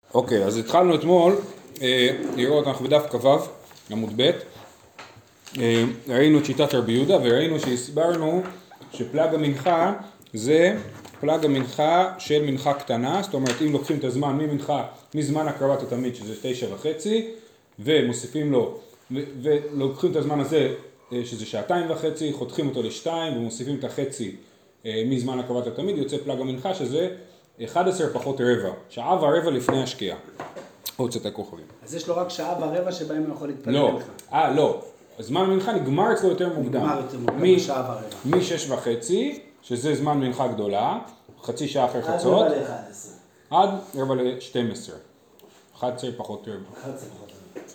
אוקיי, אז התחלנו אתמול לראות, אנחנו בדף כ"ו, עמוד ב', ראינו את שיטת רבי יהודה וראינו שהסברנו שפלג המנחה זה פלג המנחה של מנחה קטנה, זאת אומרת אם לוקחים את הזמן ממנחה, מזמן הקרבת התמיד שזה 9:30 ומוסיפים לו, ולוקחים את הזמן הזה שזה 2:30, חותכים אותו ל2 ומוסיפים את החצי מזמן הקרבת התמיד, יוצא פלג המנחה שזה 11 פחות רבע, שעה ורבע לפני השקיעה, עוד צאת הכוכבים. אז יש לו רק שעה ורבע שבהם הוא יכול להתפלל מנחה. לא, זמן המנחה נגמר אצלו יותר מוקדם. נגמר יותר מוקדם, משעה ורבע. מ6:30, שזה זמן מנחה גדולה, חצי שעה אחרי חצות. עד 11. עד 11:40. 11 פחות רבע. 11 פחות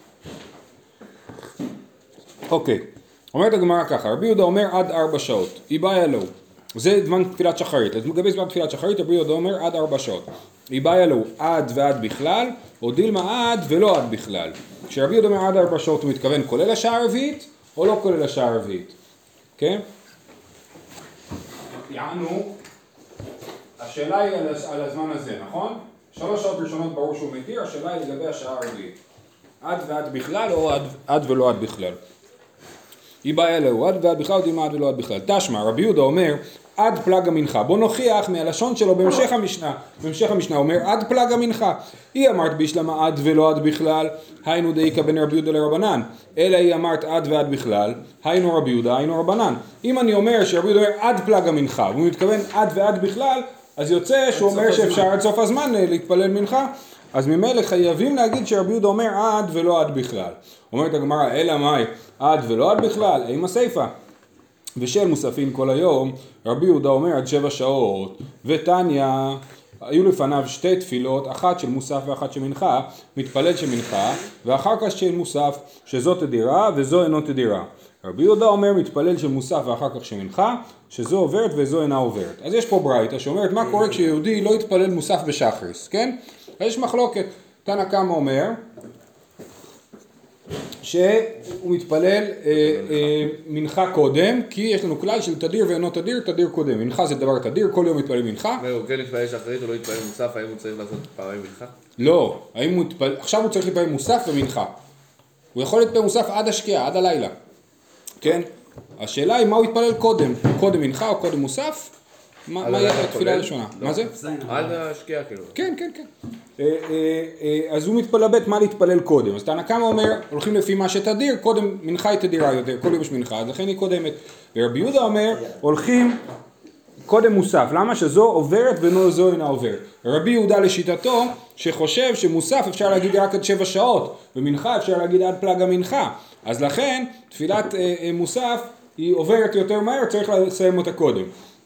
רבע. אוקיי, אומרת הגמרא ככה, רבי יהודה אומר עד 4 שעות, היא בעיה לו. זה זמן תפילת שחרית, אז לגבי זמן תפילת שחרית, רבי יהודה אומר עד 4 שעות. היא בעיה לו עד ועד בכלל, או דילמה עד ולא עד בכלל. כשרבי יהודה אומר עד 4 שעות, הוא מתכוון כולל השעה הרביעית, או לא כולל השעה הרביעית. כן? יענו, השאלה היא על הזמן הזה, נכון? 3 שעות ראשונות ברור שהוא מתיר, השאלה היא לגבי השעה הרביעית. עד ועד בכלל, או עד ולא עד בכלל. היא בעיה לו, עד ועד בכלל, דילמה עד ולא עד בכלל. תשמע, רבי יהודה אומר עד פלג המנחה. בוא נוכיח מהלשון שלו בהמשך המשנה. בהמשך המשנה אומר עד פלג המנחה. היא אמרת בישלמה עד ולא עד בכלל, היינו דאיקה בין רבי יהודה לרבנן. אלא היא אמרת עד ועד בכלל, היינו רבי יהודה, היינו רבנן. אם אני אומר שרבי יהודה אומר עד פלג המנחה, והוא מתכוון עד ועד בכלל, אז יוצא שהוא אומר שאפשר עד סוף הזמן להתפלל מנחה. אז ממילא חייבים להגיד שרבי יהודה אומר עד ולא עד בכלל. אומרת הגמרא, אלא מאי עד ולא עד בכלל, עם הסיפה. ושל מוספין כל היום, רבי יהודה אומר עד 7 שעות, ותניא, היו לפניו 2 תפילות, אחת של מוסף ואחת של מנחה, מתפלל של מנחה, ואחר כך של מוסף, שזו תדירה וזו אינו תדירה. רבי יהודה אומר מתפלל של מוסף ואחר כך של מנחה, שזו עוברת וזו אינה עוברת. אז יש פה ברייתא שאומרת מה קורה כשיהודי לא יתפלל מוסף בשחריס, כן? אז יש מחלוקת. תנא קמא אומר שהוא מתפלל מנחה קודם, כי יש לנו כלל של תדיר ואינו תדיר, תדיר קודם. מנחה זה דבר תדיר, כל יום מתפלל מנחה. הוא כן להתפלל שחרית או לא להתפלל מוסף, האם הוא צריך לעשות פעמיים מנחה? לא, עכשיו הוא צריך להתפלל מוסף ומנחה. הוא יכול להתפלל מוסף עד השקיעה, עד הלילה. כן? השאלה היא מה הוא יתפלל קודם, קודם מנחה או קודם מוסף? מה יהיה התפילה הראשונה? מה זה? עד השקיעה כאילו. כן, כן, כן. אז הוא מתפלבט מה להתפלל קודם. אז תנא קמא אומר, הולכים לפי מה שתדיר, קודם מנחה היא תדירה יותר, כל יום יש מנחה, אז לכן היא קודמת. ורבי יהודה אומר, הולכים קודם מוסף. למה? שזו עוברת וזו אינה עוברת. רבי יהודה לשיטתו, שחושב שמוסף אפשר להגיד רק עד 7 שעות, ומנחה אפשר להגיד עד פלג המנחה. אז לכן, תפילת מוסף היא עוברת יותר מהר, צריך לסיים אותה קודם.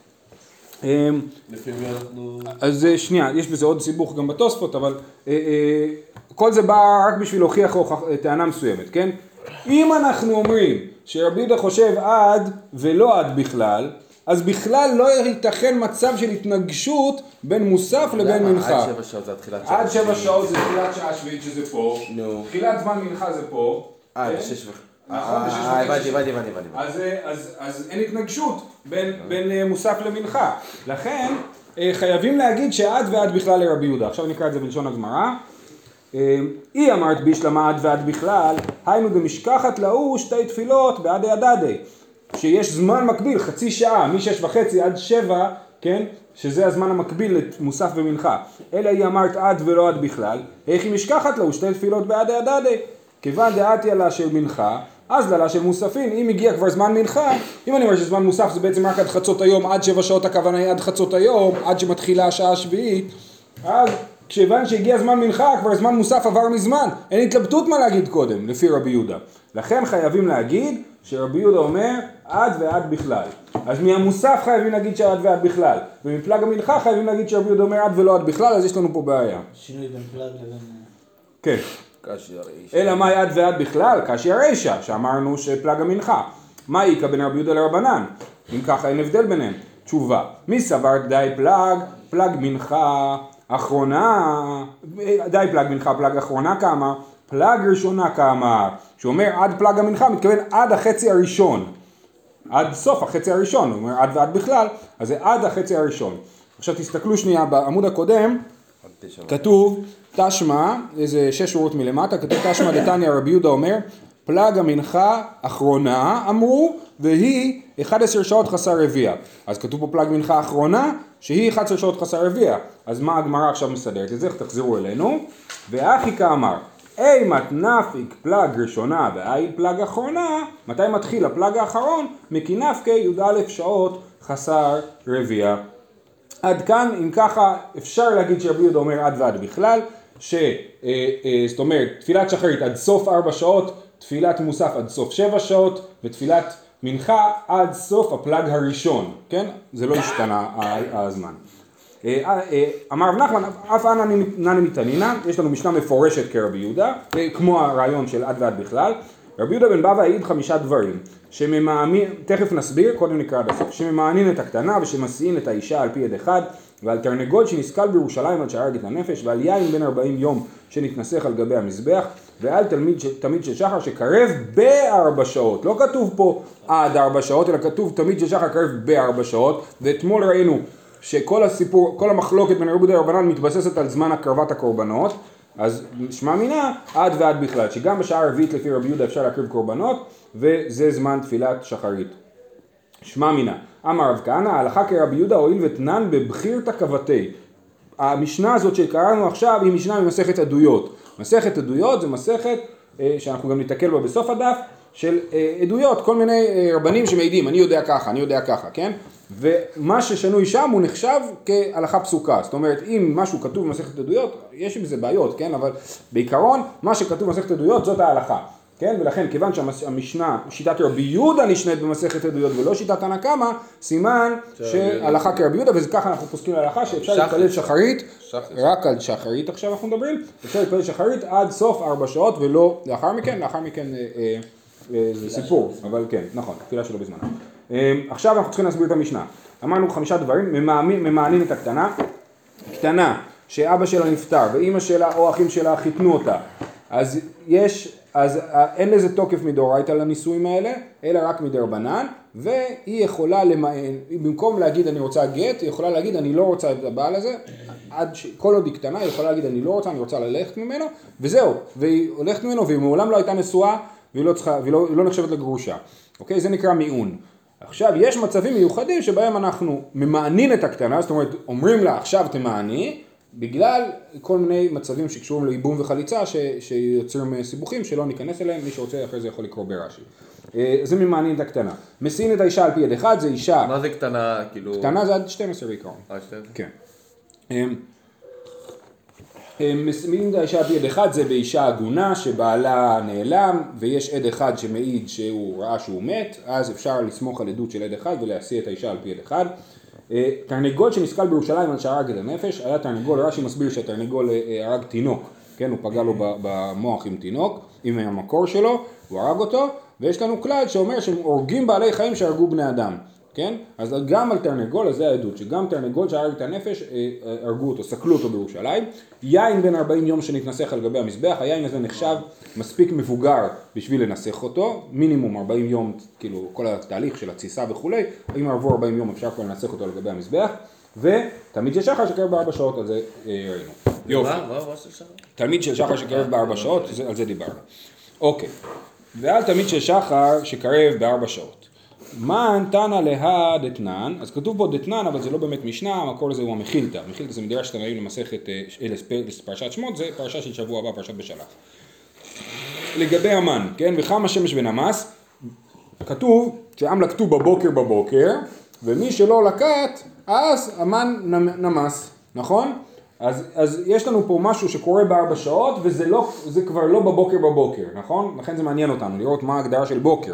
אז שנייה, יש בזה עוד סיבוך גם בתוספות, אבל כל זה בא רק בשביל להוכיח טענה מסוימת, כן? אם אנחנו אומרים שרבי יהודה חושב עד ולא עד בכלל, אז בכלל לא ייתכן מצב של התנגשות בין מוסף לבין מנחה. עד 7 שעות זה תחילת שעה. עד 7 שעות זה תחילת שעה שביעית שזה פה, תחילת זמן מנחה זה פה. עד 6 וחצי. הבנתי. אז אין התנגשות בין מוסף למנחה. לכן חייבים להגיד שעד ועד בכלל לרבי יהודה. עכשיו נקרא את זה בלשון הגמרא. היא אמרת בישלמה עד ועד בכלל, היינו במשכחת להוא 2 תפילות בעדי הדדי. שיש זמן מקביל, חצי שעה, מ6:30 עד 7, כן? שזה הזמן המקביל למוסף ומנחה. אלא היא אמרת עד ולא עד בכלל, איך היא משכחת להוא 2 תפילות בעדי הדדי. כיוון דעתי עלה של מנחה, אז לעלה של מוספין, אם הגיע כבר זמן מנחה, אם אני אומר שזמן מוסף זה בעצם רק עד חצות היום, עד 7 שעות הכוונה היא עד חצות היום, עד שמתחילה השעה השביעית, אז כשהבן שהגיע זמן מנחה, כבר זמן מוסף עבר מזמן, אין התלבטות מה להגיד קודם, לפי רבי יהודה. לכן חייבים להגיד שרבי יהודה אומר עד ועד בכלל. אז מהמוסף חייבים להגיד שעד ועד בכלל, ומפלג המנחה חייבים להגיד שרבי יהודה אומר עד ולא עד בכלל, אז יש לנו פה בעיה. שינוי בין פלג לבין... כן. אלא מה עד ועד בכלל? קשיא הרישא, שאמרנו שפלג המנחה. מה איקה בין רבי יהודה לרבנן? אם ככה אין הבדל ביניהם. תשובה, מי סבר די פלג מנחה אחרונה, די פלג מנחה, פלג אחרונה כאמר, פלג ראשונה כאמר, שאומר עד פלג המנחה, מתכוון עד החצי הראשון, עד סוף החצי הראשון, הוא אומר עד ועד בכלל, אז זה עד החצי הראשון. עכשיו תסתכלו שנייה בעמוד הקודם, כתוב תשמע, איזה 6 שורות מלמטה, כתוב תשמע דתניא רבי יהודה אומר, פלג המנחה אחרונה אמרו, והיא 11 שעות חסר רביע. אז כתוב פה פלג מנחה אחרונה, שהיא 11 שעות חסר רביע. אז מה הגמרא עכשיו מסדרת את זה? תחזרו אלינו. ואחי כאמר, אימת נפיק פלג ראשונה והאי פלג אחרונה, מתי מתחיל הפלג האחרון? מכנפקי י"א שעות חסר רביע. עד כאן, אם ככה, אפשר להגיד שרבי יהודה אומר עד ועד בכלל, זאת אומרת, תפילת שחרית עד סוף 4 שעות, תפילת מוסף עד סוף 7 שעות, ותפילת מנחה עד סוף הפלג הראשון, כן? זה לא השתנה הזמן. אמר רב נחמן, אף אנא נני מתענינה, יש לנו משנה מפורשת כרבי יהודה, כמו הרעיון של עד ועד בכלל. רבי יהודה בן בבא העיד 5 דברים, שממאמין, תכף נסביר, קודם נקרא עד הסוף, שממאנין את הקטנה ושמסיעין את האישה על פי יד אחד, ועל תרנגול שנסכל בירושלים עד שהרג את הנפש, ועל יין בן 40 יום שנתנסך על גבי המזבח, ועל תמיד של שחר שקרב ב4 שעות, לא כתוב פה עד 4 שעות, אלא כתוב תמיד של שחר קרב ב4 שעות, ואתמול ראינו שכל הסיפור, כל המחלוקת בין רבי יהודה ורבנן מתבססת על זמן הקרבת הקורבנות, אז שמע מינה עד ועד בכלל, שגם בשעה הרביעית לפי רבי יהודה אפשר להקריב קורבנות, וזה זמן תפילת שחרית. שמע מינה, אמר רב כהנא, ההלכה כרבי יהודה הואיל ותנן בבחירתא כבתי. המשנה הזאת שקראנו עכשיו היא משנה ממסכת עדויות. מסכת עדויות זה מסכת שאנחנו גם נתקל בה בסוף הדף, של עדויות, כל מיני רבנים שמעידים, אני יודע ככה, כן? ומה ששנוי שם הוא נחשב כהלכה פסוקה, זאת אומרת אם משהו כתוב במסכת עדויות, יש עם זה בעיות, כן? אבל בעיקרון מה שכתוב במסכת עדויות זאת ההלכה, כן? ולכן כיוון שהמשנה, שיטת רבי יהודה נשנית במסכת עדויות ולא שיטת תנא קמא, סימן שהלכה כרבי יהודה, וזה ככה אנחנו פוסקים להלכה שאפשר להתפלל שחרית, רק על שחרית עכשיו אנחנו מדברים, אפשר להתפלל שחרית עד סוף 4 שעות ולא לאחר מכן זה סיפור, אבל כן, נכון, תפילה שלו בזמנה. עכשיו אנחנו צריכים להסביר את המשנה. אמרנו 5 דברים, ממאנין את הקטנה, קטנה שאבא שלה נפטר ואימא שלה או אחים שלה חיתנו אותה, אז אין לזה תוקף מדאורייתא לנישואים האלה, אלא רק מדרבנן, והיא יכולה למען, במקום להגיד אני רוצה גט, היא יכולה להגיד אני לא רוצה את הבעל הזה, כל עוד היא קטנה היא יכולה להגיד אני לא רוצה, אני רוצה ללכת ממנו, וזהו, והיא הולכת ממנו והיא מעולם לא הייתה נשואה, והיא לא נחשבת לגרושה. אוקיי? זה נקרא מיעון. עכשיו, יש מצבים מיוחדים שבהם אנחנו ממאנין את הקטנה, זאת אומרת, אומרים לה עכשיו תמאני, בגלל כל מיני מצבים שקשורים לאיבום וחליצה, שיוצרים סיבוכים שלא ניכנס אליהם, מי שרוצה אחרי זה יכול לקרוא ברש"י. זה ממאנין את הקטנה. מסיעין את האישה על פי יד אחד, זה אישה... מה זה קטנה, כאילו... קטנה זה עד 12 בעיקרון. 12? כן. מסיעים את האישה ביד אחד, זה באישה עגונה שבעלה נעלם ויש עד אחד שמעיד שהוא ראה שהוא מת, אז אפשר לסמוך על עדות של עד אחד ולהשיא את האישה על פי עד אחד. תרנגול שנסכל בירושלים עד שהרג את הנפש, היה תרנגול, רש"י מסביר שהתרנגול הרג תינוק, כן, הוא פגע לו במוח עם תינוק, עם המקור שלו, הוא הרג אותו, ויש לנו כלל שאומר שהם הורגים בעלי חיים שהרגו בני אדם. כן? אז גם על תרנגול, אז זה העדות, שגם תרנגול שהרג את הנפש, הרגו אותו, סקלו אותו בירושלים. יין בן 40 יום שנתנסך על גבי המזבח, היין הזה נחשב מספיק מבוגר בשביל לנסח אותו, מינימום 40 יום, כאילו כל התהליך של התסיסה וכולי, אם ערבו 40 יום אפשר כבר לנסח אותו על גבי המזבח, ותלמיד של שחר שקרב ב4 שעות, על זה ראינו. יופי. מה של שחר? תלמיד של שחר שקרב ב4 שעות, על זה דיברנו. אוקיי. ועל תלמיד של שחר שקרב ב4 שעות. מן תנא להא דתנן, אז כתוב פה דתנן, אבל זה לא באמת משנה, המקור לזה הוא המחילתא. המחילתא זה מדרש שאתם ראינו למסכת פרשת שמות, זה פרשה של שבוע הבא, פרשת בשלח. לגבי המן, כן, וכמה שמש ונמס, כתוב שעם לקטו בבוקר, ומי שלא לקט, אז המן נמס, נכון? אז יש לנו פה משהו שקורה ב4 שעות, וזה כבר לא בבוקר, נכון? לכן זה מעניין אותנו, לראות מה ההגדרה של בוקר.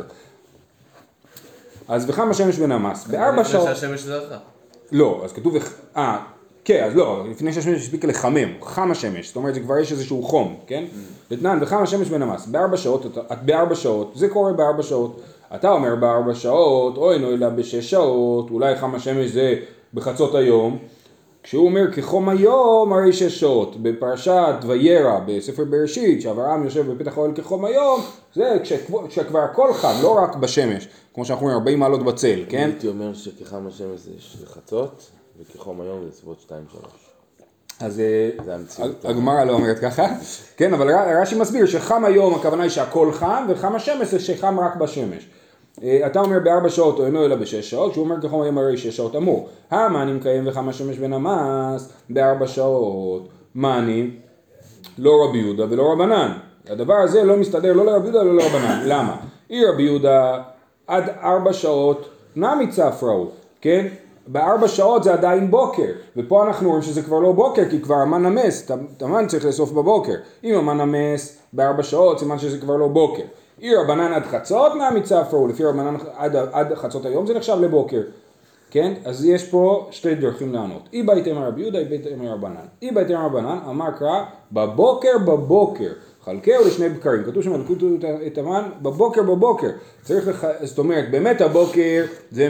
אז וכמה שמש ונמס, ב4 שעות... לפני שהשמש זרחה. לא, אז כתוב... כן, אז לא, לפני שהשמש הספיק לחמם, חם שמש, זאת אומרת, זה כבר יש איזשהו חום, כן? דתנן, וכמה שמש ונמס, ב4 שעות, ב4 שעות, זה קורה ב4 שעות. אתה אומר ב4 שעות, אוי נו, אלא ב6 שעות, אולי חם השמש זה בחצות היום. כשהוא אומר כחום היום, הרי 6 שעות. בפרשת וירא, בספר בראשית, שאברהם יושב בפתח האוהל כחום היום, זה כשכבר הכל חם, לא רק בשמש, כמו שאנחנו אומרים, 40 מעלות בצל, כן? הייתי אומר שכחם השמש זה חצות, וכחום היום זה סביבות 2-3. אז הגמרא לא אומרת ככה, כן, אבל רש"י מסביר שחם היום הכוונה היא שהכל חם, וחם השמש זה שחם רק בשמש. אתה אומר ב4 שעות או אינו אלא ב6 שעות, שהוא אומר כחום היום הרי 6 שעות אמור. אני מקיים וחם השמש ונמס ב4 שעות, מאני, לא רבי יהודה ולא רבנן. הדבר הזה לא מסתדר לא לרבי יהודה ולא לרבנן. למה? רבי יהודה עד 4 שעות נמי צפראו, כן? ב4 שעות זה עדיין בוקר, ופה אנחנו רואים שזה כבר לא בוקר, כי כבר המן נמס, המן צריך לאסוף בבוקר. אם המן נמס ב4 שעות, סימן שזה כבר לא בוקר. רבנן עד חצות נמי צפראו, לפי רבנן עד חצות היום זה נחשב לבוקר. כן? אז יש פה שתי דרכים לענות. אי בהיתם רבי יהודה, אי בהיתם רבנן. אי בהיתם רבנן, אמר קרא, בבוקר, חלקהו לשני בקרים. כתוב שם, לקחו את המן, בבוקר. זאת אומרת, באמת הבוקר זה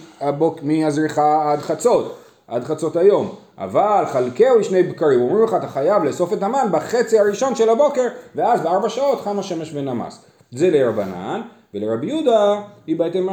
מהזריחה עד חצות היום. אבל חלקהו לשני בקרים. אומרים לך, אתה חייב לאסוף את המן בחצי הראשון של הבוקר, ואז ב4 שעות חם השמש ונמס. זה לרבנן, ולרבי יהודה, אי בהיתם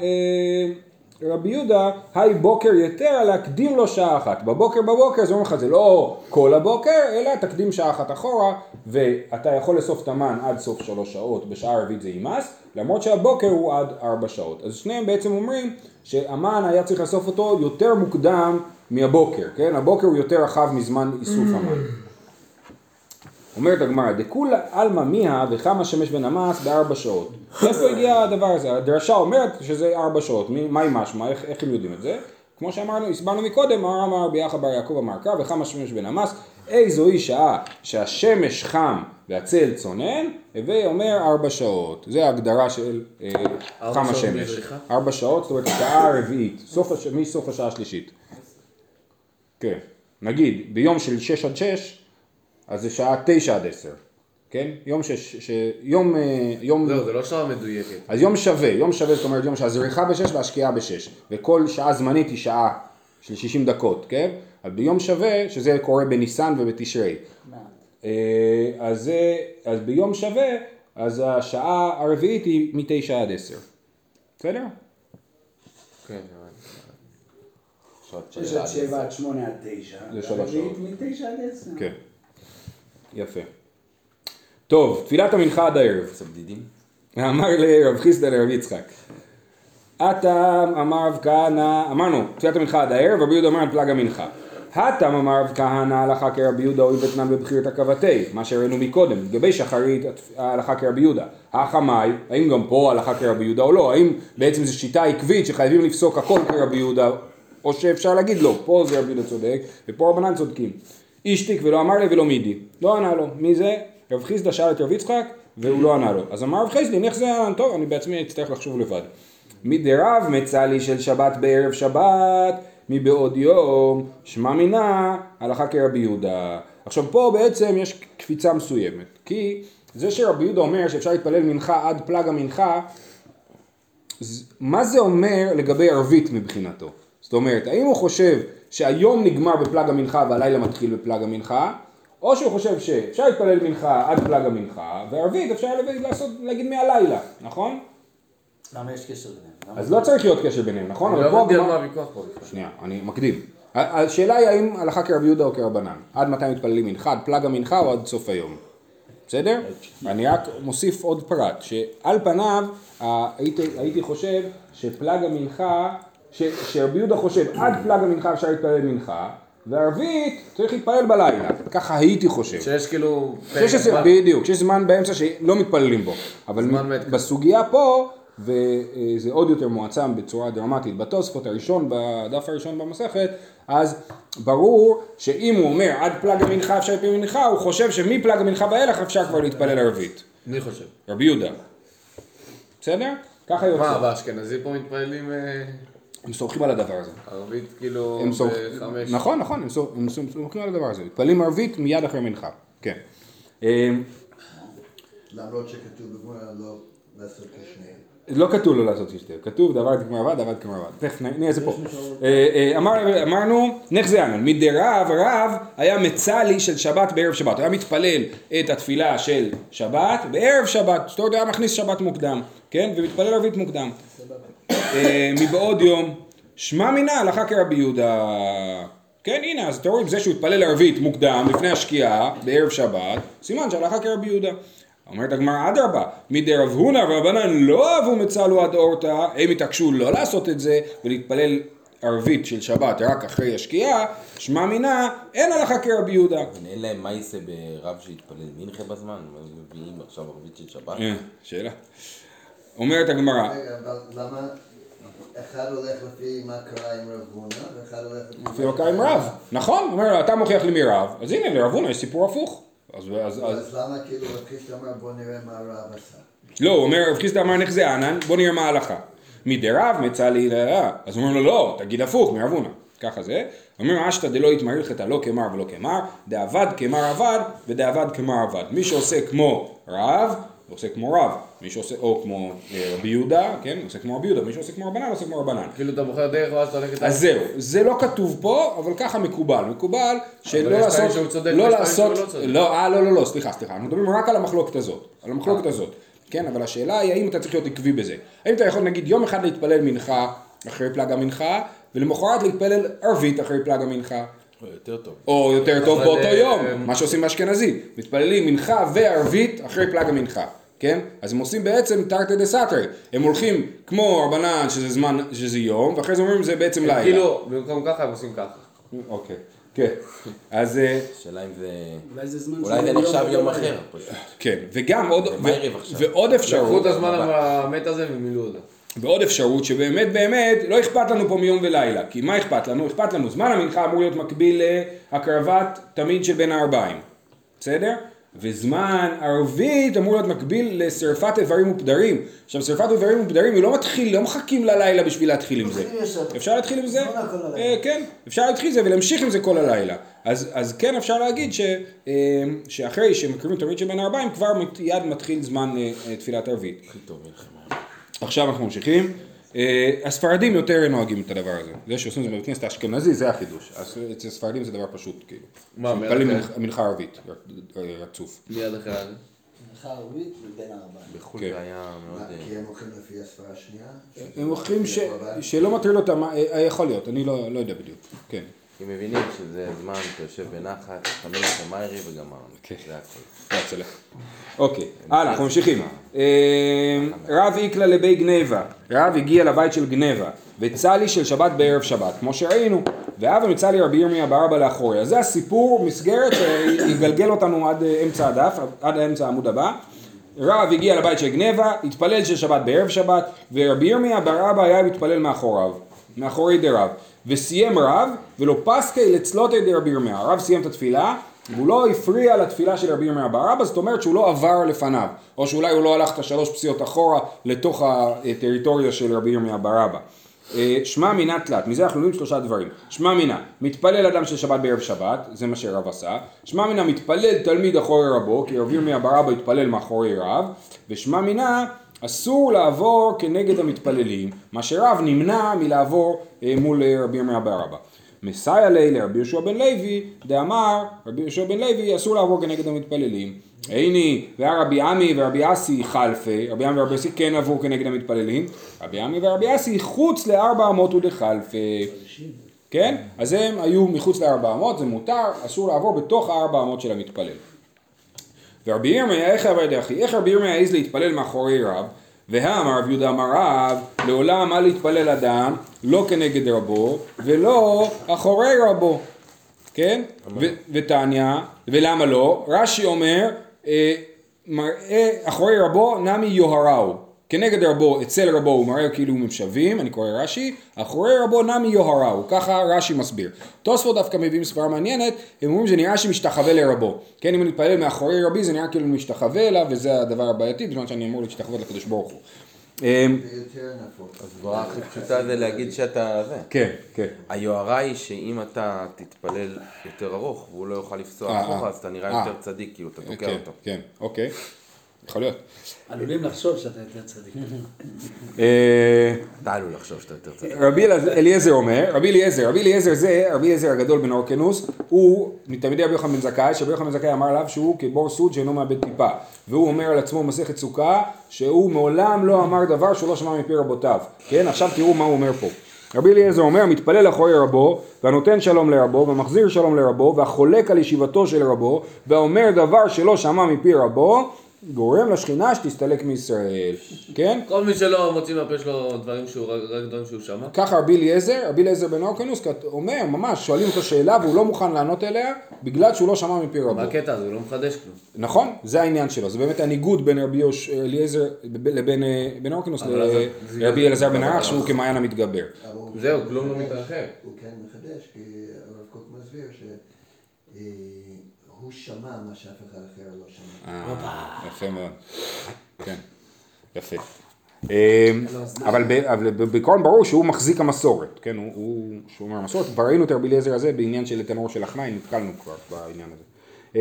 רבי יהודה, היי בוקר יתר להקדים לו שעה אחת. בבוקר, זה אומר לך, זה לא כל הבוקר, אלא תקדים שעה אחת אחורה, ואתה יכול לאסוף את המן עד סוף 3 שעות, בשעה רביעית זה יימס, למרות שהבוקר הוא עד 4 שעות. אז שניהם בעצם אומרים שהמן היה צריך לאסוף אותו יותר מוקדם מהבוקר, כן? הבוקר הוא יותר רחב מזמן איסוף המן. אומרת הגמרא, דכולה עלמא מיהא וחם השמש ונמס ב4 שעות. איפה הגיע הדבר הזה? הדרשה אומרת שזה 4 שעות. מהי משמע? איך הם יודעים את זה? כמו שאמרנו, הסברנו מקודם, אמר רבי יחיא בר יעקב אמר קרא וחם השמש ונמס, איזוהי שעה שהשמש חם והצל צונן, הווי אומר 4 שעות. זה ההגדרה של חם השמש. 4 שעות, זאת אומרת השעה הרביעית, מסוף השעה השלישית. כן, נגיד ביום של 6 עד 6, אז זה שעה 9 עד 10, כן? יום... לא, זה לא שעה מדויקת. אז יום שווה, זאת אומרת יום שהזריחה ב6 והשקיעה ב6, וכל שעה זמנית היא שעה של 60 דקות, כן? אז ביום שווה, שזה קורה בניסן ובתשרי. אז ביום שווה, אז השעה הרביעית היא מ9 עד 10. בסדר? כן, 6 עד 7 עד 8 עד 9. זה 3 שעות. מ9 עד 10. כן. יפה. טוב, תפילת המנחה עד הערב. אמר לרב חיסדא לרב יצחק. התם אמר רב כהנא, אמרנו, תפילת המנחה עד הערב, רבי יהודה אמר פלג המנחה. התם אמר רב כהנא הלכה כרבי יהודה הואיל ותנן בבחירת הכבתי, מה שראינו מקודם, לגבי שחרית הלכה כרבי יהודה. החמאי, האם גם פה הלכה כרבי יהודה או לא? האם בעצם זו שיטה עקבית שחייבים לפסוק הכל כרבי יהודה, או שאפשר להגיד לא, פה זה רבי יהודה צודק ופה רבנן צודקים. אישתיק ולא אמר לי ולא מידי, לא ענה לו. מי זה? רב חיסדא שאל את רב יצחק והוא לא ענה לו. אז אמר רב חיסדא, איך זה ענה? טוב, אני בעצמי אצטרך לחשוב לבד. מדרב מצא לי של שבת בערב שבת, מבעוד יום, שמע מינה, הלכה כרבי יהודה. עכשיו פה בעצם יש קפיצה מסוימת, כי זה שרבי יהודה אומר שאפשר להתפלל מנחה עד פלג המנחה, מה זה אומר לגבי ערבית מבחינתו? זאת אומרת, האם הוא חושב שהיום נגמר בפלג המנחה והלילה מתחיל בפלג המנחה, או שהוא חושב שאפשר להתפלל מנחה עד פלג המנחה, וערבית אפשר להגיד מהלילה, נכון? למה יש קשר ביניהם? אז לא צריך להיות קשר ביניהם, נכון? אני לא יודע מה הוויכוח פה. שנייה, אני מקדים. השאלה היא האם הלכה כרבי יהודה או כרבנן. עד מתי מתפללים מנחה, עד פלג המנחה או עד סוף היום. בסדר? אני רק מוסיף עוד פרט, שעל פניו הייתי חושב שפלג המנחה, שרבי יהודה חושב עד פלג המנחה אפשר להתפלל מנחה, וערבית צריך להתפלל בלילה. ככה הייתי חושב. שיש כאילו... בדיוק, שיש זמן באמצע שלא מתפללים בו. אבל בסוגיה פה, וזה עוד יותר מועצם בצורה דרמטית בתוספות הראשון, בדף הראשון במסכת, אז ברור שאם הוא אומר עד פלג המנחה אפשר להתפלל מנחה, הוא חושב שמפלג המנחה ואילך אפשר כבר להתפלל ערבית. מי חושב? רבי יהודה. בסדר? ככה יוצא. מה, באשכנזי פה מתפללים... הם סומכים על הדבר הזה. ערבית כאילו ב5. נכון, הם סומכים על הדבר הזה. מתפללים ערבית מיד אחרי מנחה. כן. למרות שכתוב בגמרא לא לעשות כשניהם. לא כתוב לא לעשות כשניהם, כתוב דבר כמרבד, דבר כמרבד. תכף נהיה זה פה. אמרנו, נחזיאנן, מדרב רב היה מצלי של שבת בערב שבת. היה מתפלל את התפילה של שבת בערב שבת. זאת אומרת, היה מכניס שבת מוקדם, כן? ומתפלל ערבית מוקדם. מבעוד יום, שמע מינה הלכה כרבי יהודה. כן, הנה, אז אתם רואים, זה שהוא התפלל ערבית מוקדם, לפני השקיעה, בערב שבת, סימן שהלכה כרבי יהודה. אומרת הגמרא אדרבה, מדי רב הונא ורבנן לא אהבו מצלו עד אורתא, הם התעקשו לא לעשות את זה ולהתפלל ערבית של שבת רק אחרי השקיעה, שמע מינה, אין הלכה כרבי יהודה. אין להם מייסה ברב שהתפלל מנחה בזמן, מביאים עכשיו ערבית של שבת. שאלה. אומרת הגמרא. רגע, אבל למה אחד הולך לפי מה קרה עם רב הונא, ואחד הולך לפי מה קרה עם רב. נכון, אומר, אתה מוכיח לי מרב, אז הנה לרב הונא יש סיפור הפוך. אז למה כאילו רב חיסדא אמר בוא נראה מה רב עשה? לא, הוא אומר, רב חיסדא אמר נחזה ענן, בוא נראה מה ההלכה. מדי רב מצא לי אז הוא אומר לו לא, תגיד הפוך מרב הונא. ככה זה. אומר אשתא דלא יתמר הלכתא לא כמר ולא כמר, דאבד כמר אבד ודאבד כמר אבד. מי שעושה כמו רב, עושה כמו רב. מי שעושה, או כמו רבי יהודה, כן, עושה כמו רבי יהודה. מי שעושה כמו רבנן, עושה כמו רבנן. כאילו אתה בוחר דרך ואז אתה הולך איתה. אז זהו, זה לא כתוב פה, אבל ככה מקובל. מקובל שלא אבל יש לעשות, פעמים שהוא צודק, לא ויש פעמים לעשות, שהוא לא צודק. לא, סליחה, אנחנו מדברים רק על המחלוקת הזאת, על המחלוקת הזאת. כן, אבל השאלה היא האם אתה צריך להיות עקבי בזה. האם אתה יכול נגיד יום אחד להתפלל מנחה אחרי פלג המנחה, ולמחרת להתפלל ערבית אחרי פלג המנחה. יותר טוב. או יותר טוב באותו יום, מה שעושים באשכנזי. מתפללים מנחה וערבית אחרי פלג המנחה. כן? אז הם עושים בעצם תרתי דה סתרי. הם הולכים כמו רבנן שזה יום, ואחרי זה אומרים זה בעצם לילה. כאילו, במקום ככה הם עושים ככה. אוקיי, כן. אז שאלה אם זה... אולי זה זמן אולי זה נחשב יום אחר פשוט. כן, וגם ועוד לקחו אפשרות, את הזמן המת הזה ומילאו אותו. ועוד אפשרות שבאמת לא אכפת לנו פה מיום ולילה, כי מה אכפת לנו? אכפת לנו, זמן המנחה אמור להיות מקביל להקרבת תמיד של בין הארבעים, בסדר? וזמן ערבית אמור להיות מקביל לשרפת איברים ופדרים. עכשיו שרפת איברים ופדרים לא מחכים ללילה בשביל להתחיל עם זה. אפשר להתחיל עם זה? כן, אפשר להתחיל עם זה ולהמשיך עם זה כל הלילה. אז כן אפשר להגיד שאחרי שמקריבים תמיד של בין הארבעים כבר מיד מתחיל זמן תפילת ערבית. הכי טוב מלחמה. עכשיו אנחנו ממשיכים. הספרדים יותר נוהגים את הדבר הזה. זה שעושים את זה בבית כנסת האשכנזי זה החידוש. אצל הספרדים זה דבר פשוט כאילו. מה, שמתפללים מנחה ערבית, רצוף. מיד אחרי זה. מנחה ערבית ובין הארבעים. בחו"ל כן. זה היה מאוד... כי הם הולכים לפי הספרה השנייה? הם הולכים שלא מטריד אותם, יכול להיות, אני לא יודע בדיוק. כן. כי מבינים שזה זמן, אתה יושב בנחת, תמיד לך מיירי וגמרנו. כן. זה הכל. אוקיי, אנחנו ממשיכים. רב איקלה לבי גנבה, רב הגיע לבית של גנבה, וצלי של שבת בערב שבת, כמו שראינו, ואב מצלי רבי ירמיה בר אבא לאחורי. אז זה הסיפור, מסגרת שיגלגל אותנו עד אמצע הדף, עד אמצע העמוד הבא. רב הגיע לבית של גנבה, התפלל של שבת בערב שבת, ורבי ירמיה בר אבא היה מתפלל מאחורי דרב. וסיים רב, ולא פסקי לצלותי דרבי ירמיה. הרב סיים את התפילה, והוא לא הפריע לתפילה של רבי ירמיה בר אבא, זאת אומרת שהוא לא עבר לפניו, או שאולי הוא לא הלך את השלוש פסיעות אחורה לתוך הטריטוריה של רבי ירמיה בר אבא. שמע מינה תלת, מזה אנחנו לומדים שלושה דברים. שמע מינה, מתפלל אדם של שבת בערב שבת, זה מה שרב עשה. שמע מינה, מתפלל תלמיד אחורי רבו, כי רבי ירמיה בר אבא התפלל מאחורי רב. ושמע מינה, אסור לעבור כנגד המתפללים, מה שרב נמנע מלעבור מול רבי ירמיה בר אבא. מסייע לי לרבי יהושע בן לוי, דאמר רבי יהושע בן לוי אסור לעבור כנגד המתפללים. הנה, והרבי עמי ורבי אסי חלפי, רבי עמי ורבי אסי כן עברו כנגד המתפללים, רבי עמי ורבי אסי חוץ ל400 ודחלפי. כן? אז הם היו מחוץ ל400, זה מותר, אסור לעבור בתוך ה400 של המתפלל. ורבי ירמיה, איך רבי ירמיה העז להתפלל מאחורי רב, והאמר רב יהודה אמר רב, לעולם אל יתפלל אדם, לא כנגד רבו, ולא אחורי רבו. כן? ותניא, ולמה לא? רש"י אומר, מראה אחורי רבו נמי יוהראו. כנגד רבו, אצל רבו הוא מראה כאילו הם שווים, אני קורא רש"י, אחורי רבו נמי יוהראו, ככה רש"י מסביר. תוספות דווקא מביאים סברה מעניינת, הם אומרים שזה נראה שמשתחווה לרבו. כן, אם אני מתפלל מאחורי רבי זה נראה כאילו משתחווה אליו, וזה הדבר הבעייתי, בזמן שאני אמור להשתחוות לקדוש ברוך הוא. זה יותר נפוץ. אז ברכה הכי פשוטה זה להגיד שאתה זה. כן, כן. היוהרה היא שאם אתה תתפלל יותר ארוך והוא לא יוכל לפסוע אחורה, אז אתה נראה יותר צדיק, כי אתה תוקע אותו. כן, אוקיי. יכול להיות. עלולים לחשוב שאתה יותר צדיק. אתה עלול לחשוב שאתה יותר צדיק. רבי אליעזר אומר, רבי אליעזר הגדול בן אורקנוס, הוא מתלמידי רבי יוחנן בן זכאי, שרבי יוחנן בן זכאי אמר עליו שהוא כבור סוד שאינו מאבד טיפה, והוא אומר על עצמו מסכת סוכה, שהוא מעולם לא אמר דבר שהוא לא שמע מפי רבותיו, כן? עכשיו תראו מה הוא אומר פה. רבי אליעזר אומר, מתפלל אחרי רבו, והנותן שלום לרבו, ומחזיר שלום לרבו, והחולק על ישיבתו של רבו, ואומר דבר שלא שמע מפי רבו, גורם לשכינה שתסתלק מישראל, כן? כל מי שלא מוציא מהפה שלו דברים שהוא, רק דברים שהוא שמע. ככה רבי אליעזר בן הורקנוס אומר, ממש, שואלים אותו שאלה והוא לא מוכן לענות אליה, בגלל שהוא לא שמע מפי רבו. מה הקטע הזה? הוא לא מחדש כלום. נכון, זה העניין שלו, זה באמת הניגוד בין רבי אליעזר, לבין בן הורקנוס לרבי אלעזר בן ערך, שהוא כמעיין המתגבר. זהו, כלום לא מתרחב. הוא כן מחדש, כי הרב קוק מסביר שהוא שמע מה שאף אחד אחר לא שמע. יפה מאוד, כן, יפה. אבל בעיקרון ברור שהוא מחזיק המסורת, כן, הוא שומר המסורת, כבר ראינו את רבי אליעזר הזה בעניין של תנור של אחנאי, נתקלנו כבר בעניין הזה.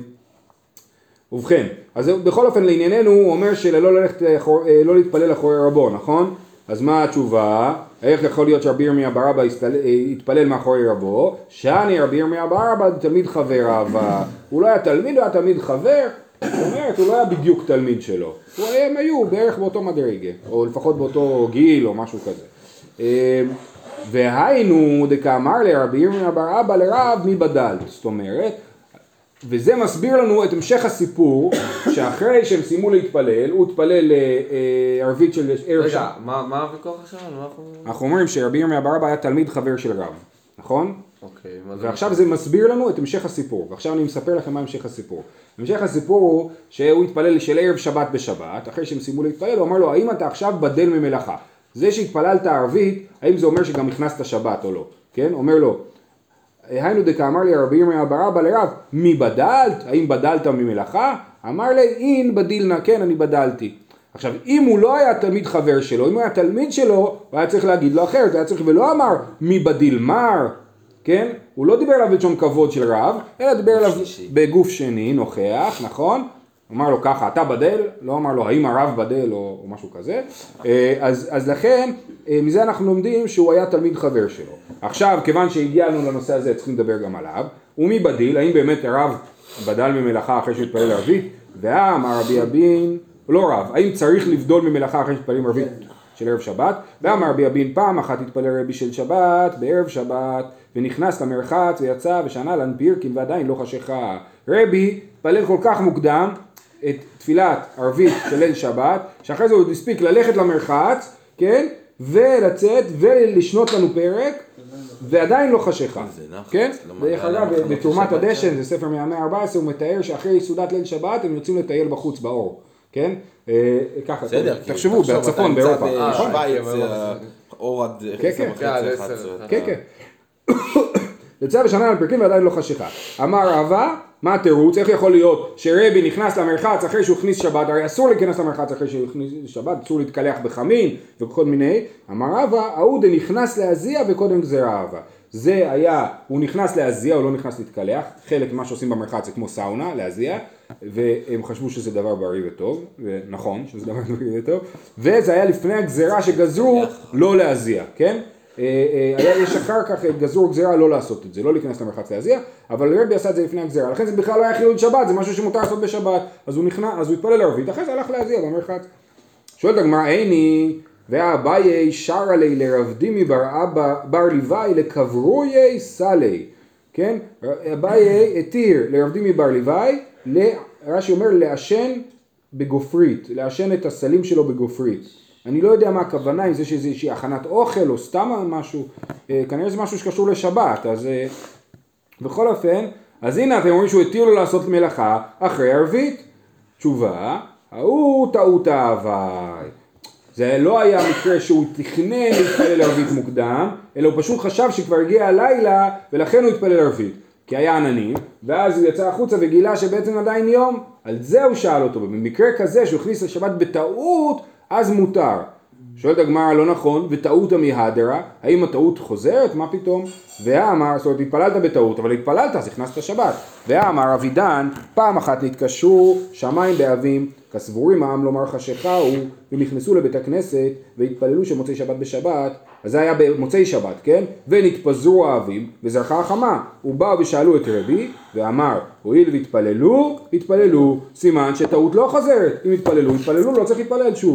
ובכן, אז בכל אופן לענייננו הוא אומר לא להתפלל אחרי רבו, נכון? אז מה התשובה? איך יכול להיות שרבי ירמיה בר אבא יתפלל מאחורי רבו? שאני רבי ירמיה בר אבא תלמיד חבר אהבה, הוא לא היה תלמיד, הוא היה תלמיד חבר, זאת אומרת, הוא לא היה בדיוק תלמיד שלו, הם היו בערך באותו מדרגה, או לפחות באותו גיל או משהו כזה. והיינו דקאמר לרבי ירמיה בר אבא לרב מבדלת, זאת אומרת, וזה מסביר לנו את המשך הסיפור, שאחרי שהם סיימו להתפלל, הוא התפלל לערבית של ערב שבת. רגע, מה הוויכוח עכשיו? אנחנו אומרים שרבי ירמיה בר אבא היה תלמיד חבר של רב, נכון? אוקיי. ועכשיו זה מסביר לנו את המשך הסיפור, ועכשיו אני מספר לכם מה המשך הסיפור. המשך הסיפור הוא שהוא התפלל של ערב שבת בשבת, אחרי שהם סיימו להתפלל, הוא אמר לו, האם אתה עכשיו בדל ממלאכה? זה שהתפללת ערבית, האם זה אומר שגם הכנסת שבת או לא? כן? אומר לו, היינו דקאמר לי רבי ירמיה בר אבא לרב, מי בדלת? האם בדלת ממלאכה? אמר לי, אין בדילנה, כן, אני בדלתי. עכשיו, אם הוא לא היה תלמיד חבר שלו, אם הוא היה תלמיד שלו, הוא היה צריך להגיד לו אחרת, הוא היה צריך, ולא אמר מי בדיל מר, כן? הוא לא דיבר עליו בלשון כבוד של רב, אלא דיבר עליו בגוף שני, נוכח, נכון? אמר לו ככה, אתה בדל? לא אמר לו, האם הרב בדל או משהו כזה. אז לכן, מזה אנחנו לומדים שהוא היה תלמיד חבר שלו. עכשיו, כיוון שהגיענו לנושא הזה, צריכים לדבר גם עליו. ומי בדיל? האם באמת הרב בדל ממלאכה אחרי שהוא התפלל ערבית? ואמר רבי אבין, לא רב, האם צריך לבדול ממלאכה אחרי שהתפללים ערבית של ערב שבת? ואמר רבי אבין, פעם אחת התפלל רבי של שבת, בערב שבת, ונכנס למרחץ ויצא ושנה לנפירקים ועדיין לא חשיכה. רבי התפלל כל כך מוקדם את תפילת ערבית של ליל שבת, שאחרי זה הוא הספיק ללכת למרחץ, כן? ולצאת ולשנות לנו פרק, ועדיין לא חשיכה, כן? דרך אגב, בתרומת הדשן, זה ספר מהמאה ה-14, הוא מתאר שאחרי סעודת ליל שבת הם יוצאים לטייל בחוץ באור, כן? ככה, תחשבו, בצפון, באירופה, נכון? אור עד 10:30. כן, כן. יצא ושנה לפרקים ועדיין לא חשיכה. אמר רבא, מה התירוץ? איך יכול להיות שרבי נכנס למרחץ אחרי שהוא הכניס שבת? הרי אסור להיכנס למרחץ אחרי שהוא הכניס שבת, אסור להתקלח בחמין וכל מיני. אמר רבא, ההוא נכנס להזיע וקודם גזירה אהבה. זה היה, הוא נכנס להזיע, הוא לא נכנס להתקלח. חלק ממה שעושים במרחץ זה כמו סאונה, להזיע, והם חשבו שזה דבר בריא וטוב, ונכון שזה דבר בריא וטוב, וזה היה לפני הגזירה שגזרו לא להזיע, כן? יש אחר כך גזרו גזירה לא לעשות את זה, לא להיכנס למרחץ להזיע, אבל רבי עשה את זה לפני הגזירה, לכן זה בכלל לא היה חילול שבת, זה משהו שמותר לעשות בשבת, אז הוא התפלל ערבית, אחרי זה הלך להזיע במרחץ. שואלת הגמרא, איני, והאביי שר עלי לרב דימי בר לוואי לקברוי סלי, כן? אביי התיר לרב דימי בר לוואי, רש"י אומר לעשן בגופרית, לעשן את הסלים שלו בגופרית. אני לא יודע מה הכוונה, אם זה איזושהי הכנת אוכל או סתם משהו, כנראה זה משהו שקשור לשבת, אז בכל אופן, אז הנה אתם אומרים שהוא התיר לו לעשות מלאכה אחרי ערבית. תשובה, ההוא טעות אהבה. זה לא היה מקרה שהוא תכנן להתפלל ערבית מוקדם, אלא הוא פשוט חשב שכבר הגיע הלילה ולכן הוא התפלל ערבית. כי היה עננים, ואז הוא יצא החוצה וגילה שבעצם עדיין יום, על זה הוא שאל אותו, ובמקרה כזה שהוא הכניס לשבת בטעות, אז מותר. שואלת הגמרא, לא נכון, וטעות המהדרה, האם הטעות חוזרת? מה פתאום? והאמר, זאת אומרת, התפללת בטעות, אבל התפללת, אז הכנסת שבת. והאמר, אבידן, פעם אחת נתקשרו שמיים באבים, כסבורים העם לומר חשיכה הוא, ונכנסו לבית הכנסת, והתפללו שמוצאי שבת בשבת, אז זה היה במוצאי שבת, כן? ונתפזרו האבים, וזרחה החמה, ובאו ושאלו את רבי, ואמר, הואיל והתפללו, התפללו, סימן שטעות לא חוזרת, אם התפללו, לא צריך להתפלל שוב.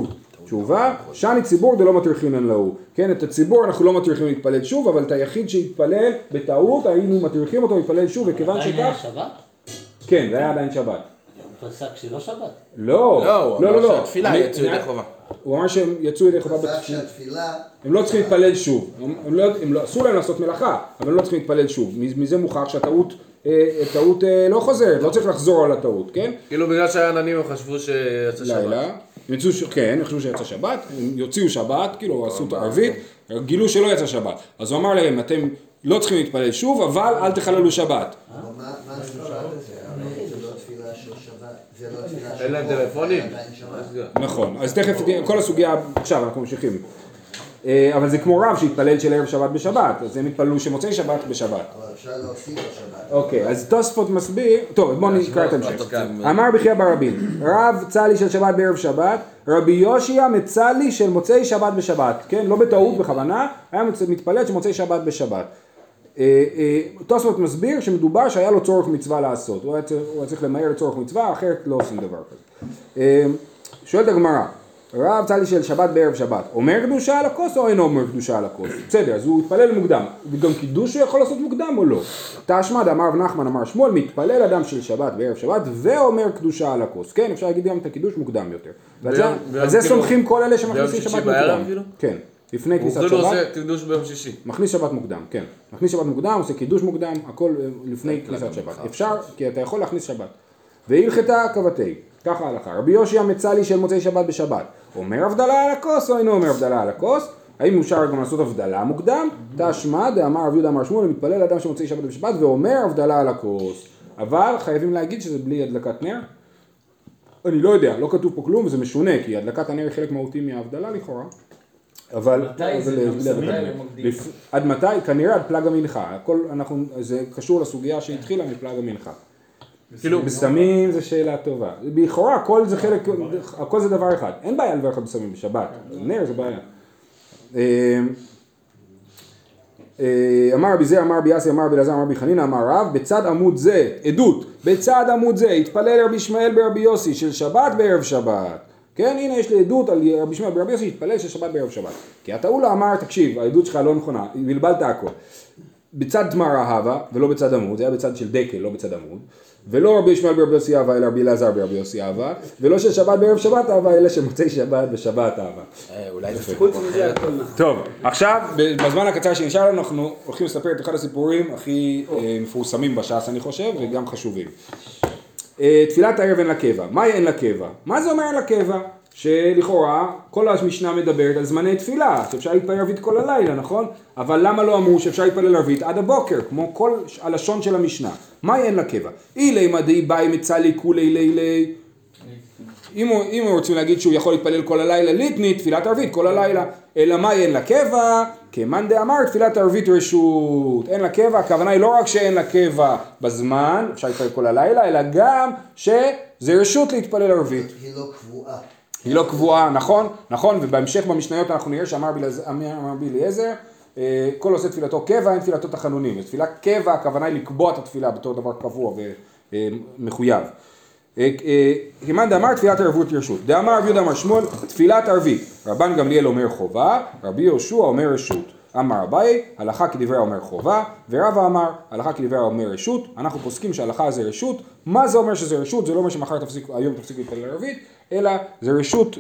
תשובה, שאני ציבור דלא מטריחינן להו. כן, את הציבור אנחנו לא מטריחים להתפלל שוב, אבל את היחיד שהתפלל בטעות, היינו מטריחים אותו להתפלל שוב, וכיוון עדיין היה שכך... שבת? כן, זה היה עדיין שבת. הוא פסק שלא שבת? לא, הוא אמר שהתפילה יצאו ידי חובה. הוא אמר שהם יצאו ידי חובה פסק בתפילה. שהתפילה, הם לא צריכים להתפלל שוב, אסור להם לעשות מלאכה, אבל הם לא צריכים להתפלל שוב. מזה מוכח שהטעות לא חוזרת, לא צריך לחזור על הטעות, כן? כאילו בגלל שהיה עננים הם חשבו שיצא שבת. לילה, כן, הם חשבו שיצא שבת, הם יוציאו שבת, כאילו עשו את הערבית, גילו שלא יצא שבת. אז הוא אמר להם, אתם לא צריכים להתפלל שוב, אבל אל תחללו שבת. מה השלושה הזה? הרי זה לא תפילה של שבת, זה לא תפילה של... אין להם טלפונים. עדיין שבת. נכון, אז תכף, כל הסוגיה, עכשיו אנחנו ממשיכים. אבל זה כמו רב שהתפלל של ערב שבת בשבת, אז הם התפללו שמוצאי שבת בשבת. אבל אפשר להוסיף לשבת. אוקיי, אז תוספות מסביר, טוב בואו נקרא את המשך. אמר בחייא ברבין, רב צלי של שבת בערב שבת, רבי יושיע מצלי של מוצאי שבת בשבת, כן, לא בטעות בכוונה, היה מתפלל של מוצאי שבת בשבת. תוספות מסביר שמדובר שהיה לו צורך מצווה לעשות, הוא היה צריך למהר לצורך מצווה, אחרת לא עושים דבר כזה. שואלת הגמרא, רב צלי של שבת בערב שבת, אומר קדושה על הכוס או אינו אומר קדושה על הכוס? בסדר, אז הוא התפלל מוקדם, וגם קידוש הוא יכול לעשות מוקדם או לא? תשמע דאמר רב נחמן אמר שמואל, מתפלל אדם של שבת בערב שבת ואומר קדושה על הכוס, כן, אפשר להגיד גם את הקידוש מוקדם יותר. ועל זה סומכים כל אלה שמכניסים שבת מוקדם. כן, לפני כניסת שבת. הוא עושה קידוש ביום שישי. מכניס שבת מוקדם, כן. מכניס שבת מוקדם, עושה קידוש מוקדם, הכל לפני כניסת שבת. אפשר, כי אתה יכול להכניס שבת. והלכתה כבתי. ככה ההלכה. רבי יושיע מצלי של מוצאי שבת בשבת. אומר הבדלה על הכוס או אינו אומר הבדלה על הכוס? האם אפשר גם לעשות הבדלה מוקדם? תשמע דאמר רב יהודה אמר שמואל, מתפלל אדם של מוצאי שבת בשבת ואומר הבדלה על הכוס. אבל חייבים להגיד שזה בלי הדלקת נר. אני לא יודע, לא כתוב פה כלום וזה משונה, כי הדלקת הנר היא חלק מהותי מההבדלה לכאורה. אבל עד מתי? כנראה עד פלג המנחה. זה קשור לסוגיה שהתחילה מפלג המנחה. בסמים זה שאלה טובה. לכאורה הכל זה דבר אחד. אין בעיה לברך בסמים בשבת. נר זה בעיה. אמר רבי זר, אמר רבי יאסי, רבי אלעזר, אמר רבי חנינא, אמר רב, בצד עמוד זה, עדות, בצד עמוד זה, התפלל רבי ישמעאל ברבי יוסי של שבת בערב שבת. כן, הנה יש לי עדות על רבי ישמעאל ברבי יוסי, התפלל של שבת בערב שבת. כי אתה אולי אמר, תקשיב, העדות שלך לא נכונה, בלבלת הכל. בצד תמרה הווה, ולא בצד עמוד, זה היה בצד של דקל, לא בצד עמוד. ולא רבי ישמעאל ברבי יוסי אהבה, אלא רבי אלעזר ברבי יוסי אהבה, ולא של שבת בערב שבת אהבה, אלא שמוצאי שבת בשבת אהבה. אולי זה חוץ מזה הכל נכון. טוב, עכשיו, בזמן הקצר שנשאר לנו, אנחנו הולכים לספר את אחד הסיפורים הכי מפורסמים בש"ס, אני חושב, וגם חשובים. תפילת הערב אין לה קבע. מהי אין לה קבע? מה זה אומר אין לה קבע? שלכאורה, כל המשנה מדברת על זמני תפילה, שאפשר להתפלל ערבית כל הלילה, נכון? אבל למה לא אמרו שאפשר להתפלל ערבית עד הבוקר, כמו כל הלשון של המשנה? מהי אין לה קבע? אילי מדי באי מצלי כולי לילי. אם רוצים להגיד שהוא יכול להתפלל כל הלילה ליטני, תפילת ערבית כל הלילה, אלא מהי אין לה קבע? כמאן דאמר תפילת ערבית רשות. אין לה קבע, הכוונה היא לא רק שאין לה קבע בזמן, אפשר להתפלל כל הלילה, אלא גם שזה רשות להתפלל ערבית. היא לא קבועה. היא לא קבועה, נכון, ובהמשך במשניות אנחנו נראה שאמר רבי אליעזר, כל עושה תפילתו קבע, אין תפילתו תחנונים. תפילה קבע, הכוונה היא לקבוע את התפילה בתור דבר קבוע ומחויב. כמאן דאמר תפילת ערבות רשות. דאמר רבי יהודה אמר שמואל, תפילת ערבית. רבן גמליאל אומר חובה, רבי יהושע אומר רשות. אמר אביי, הלכה כדברי אומר חובה, ורבא אמר, הלכה כדברי אומר רשות. אנחנו פוסקים שההלכה זה רשות. מה זה אומר שזה רשות? זה לא אומר שמחר היום תפסיק להתפלל ערבית, אלא זה רשות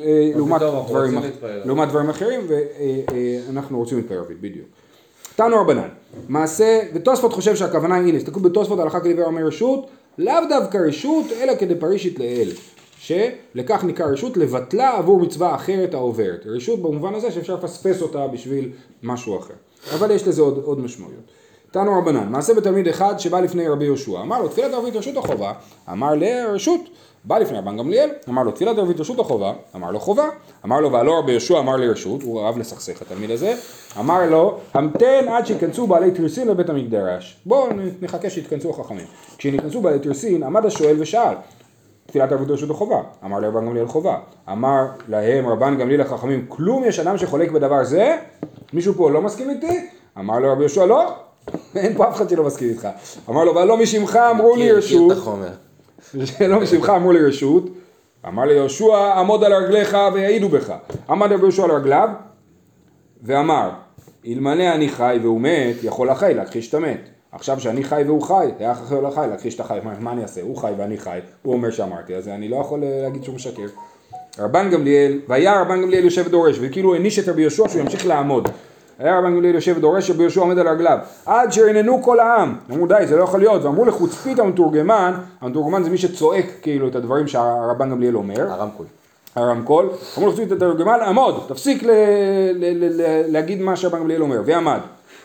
לעומת דברים אחרים, ואנחנו רוצים להתפלל ערבית, בדיוק. תנו רבנן, מעשה, ותוספות חושב שהכוונה היא, הנה, תסתכלו בתוספות הלכה כדברי אומר רשות, לאו דווקא רשות, אלא כדפרישית לאל. שלכך נקרא רשות לבטלה עבור מצווה אחרת העוברת. רשות במובן הזה שאפשר לפספס אותה בשביל משהו אחר. אבל יש לזה עוד משמעויות. תנו רבנן, מעשה בתלמיד אחד שבא לפני רבי יהושע, אמר לו תפילת ערבית רשות או חובה? אמר לרשות. בא לפני רבן גמליאל, אמר לו תפילת ערבית רשות או חובה? אמר לו חובה. אמר לו והלא רבי יהושע אמר לרשות, הוא אהב לסכסך התלמיד הזה, אמר לו המתן עד שיכנסו בעלי תריסין לבית המקדש. בואו נחכה שיתכנסו החכמים. כשנכנסו בעלי תריסין עמד השואל ושאל תפילת ערבית רשות או חובה? אמר לרבן גמליאל חובה. אמר להם רבן גמליאל החכמים, כלום יש אדם שחולק בדבר זה? מישהו פה לא מסכים איתי? אמר לו רבי יהושע לא, אין פה אף אחד שלא מסכים איתך. אמר לו ולא משמך אמרו לי רשות. לא משמך אמרו לי רשות, אמר ליהושע, עמוד על רגליך ויעידו בך. עמד רבי יהושע על רגליו, ואמר, אלמלא אני חי והוא מת, יכול החי להכחיש את המת. עכשיו שאני חי והוא חי, היה יכול החי להכחיש את החי, מה אני אעשה? הוא חי ואני חי, הוא אומר שאמרתי, אז אני לא יכול להגיד שהוא משקר. רבן גמליאל, והיה רבן גמליאל יושב ודורש, וכאילו הניש את רבי יהושע שהוא ימשיך לעמוד. היה רבן גמליאל יושב ודורש, רבי יהושע עומד על רגליו, עד שרננו כל העם. אמרו די, זה לא יכול להיות, ואמרו לחוצפית המתורגמן זה מי שצועק כאילו את הדברים שהרבן גמליאל אומר. הרמקול. אמרו לחוצפית המתורגמן, עמוד, תפסיק להגיד מה שהרבן גמליאל אומר, ועמד.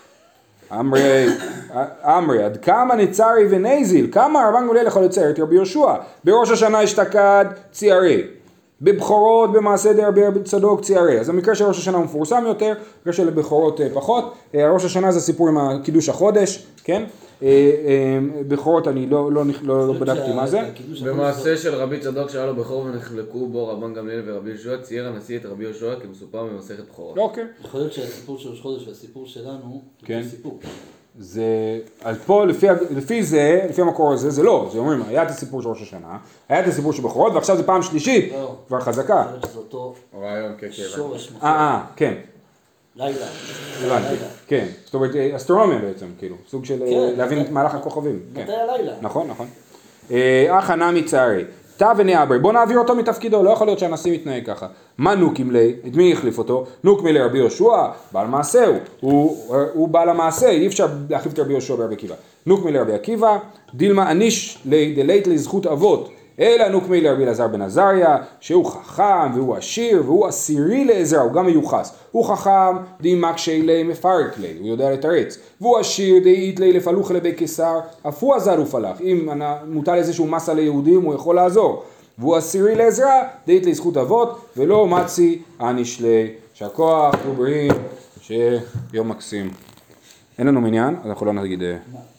אמרי, עד כמה נצרי ונזיל, כמה רבן גמליאל יכול לצייר את רבי יהושע? בראש השנה אשתקד ציירי. בבחורות במעשה די רבי צדוק ציירי. אז המקרה של ראש השנה הוא מפורסם יותר, המקרה של בבחורות פחות. ראש השנה זה סיפור עם קידוש החודש, כן? בחורות אני לא בדקתי מה זה. במעשה של רבי צדוק שהיה לו בחור ונחלקו בו רבן גמליאל ורבי יהושע, צייר הנשיא את רבי יהושע כמסופר במסכת בחורות. אוקיי. יכול להיות שהסיפור של ראש חודש והסיפור שלנו, כן. זה סיפור. זה, אז פה לפי המקור הזה, זה לא, זה אומרים, היה את הסיפור של ראש השנה, היה את הסיפור של בחורות, ועכשיו זה פעם שלישית, כבר חזקה. יכול להיות שזה אותו רעיון, כן. שורש מוכר. כן. לילה. הבנתי, כן. זאת אומרת, אסטרונומיה בעצם, כאילו, סוג של להבין את מהלך הכוכבים. מתי הלילה? נכון. אחא נמי צערי. תא ונעברי, בוא נעביר אותו מתפקידו, לא יכול להיות שהנשיא מתנהג ככה. מה נוקים לי? את מי החליף אותו? נוק מי לרבי יהושע, בעל מעשהו, הוא בעל המעשה, אי אפשר להחליף את רבי יהושע ברבי עקיבא. נוק מי לרבי עקיבא, דילמה אניש דלית לזכות אבות, אלא נוק מי לרבי אלעזר בן עזריה, שהוא חכם והוא עשיר והוא עשירי לעזרה, הוא גם מיוחס. הוא חכם דמקשי לי מפרק לי, הוא יודע לתרץ. והוא עשיר דאית לי לפלוך לבי קיסר, אף הוא עזר ופלח. אם מוטל איזשהו מסע ליהודים הוא יכול לעזור. והוא עשירי לעזרה, דאית לי זכות אבות, ולא מצי אניש לי. שהכוח ובריאים, שיום מקסים. אין לנו מניין, אז אנחנו לא נגיד...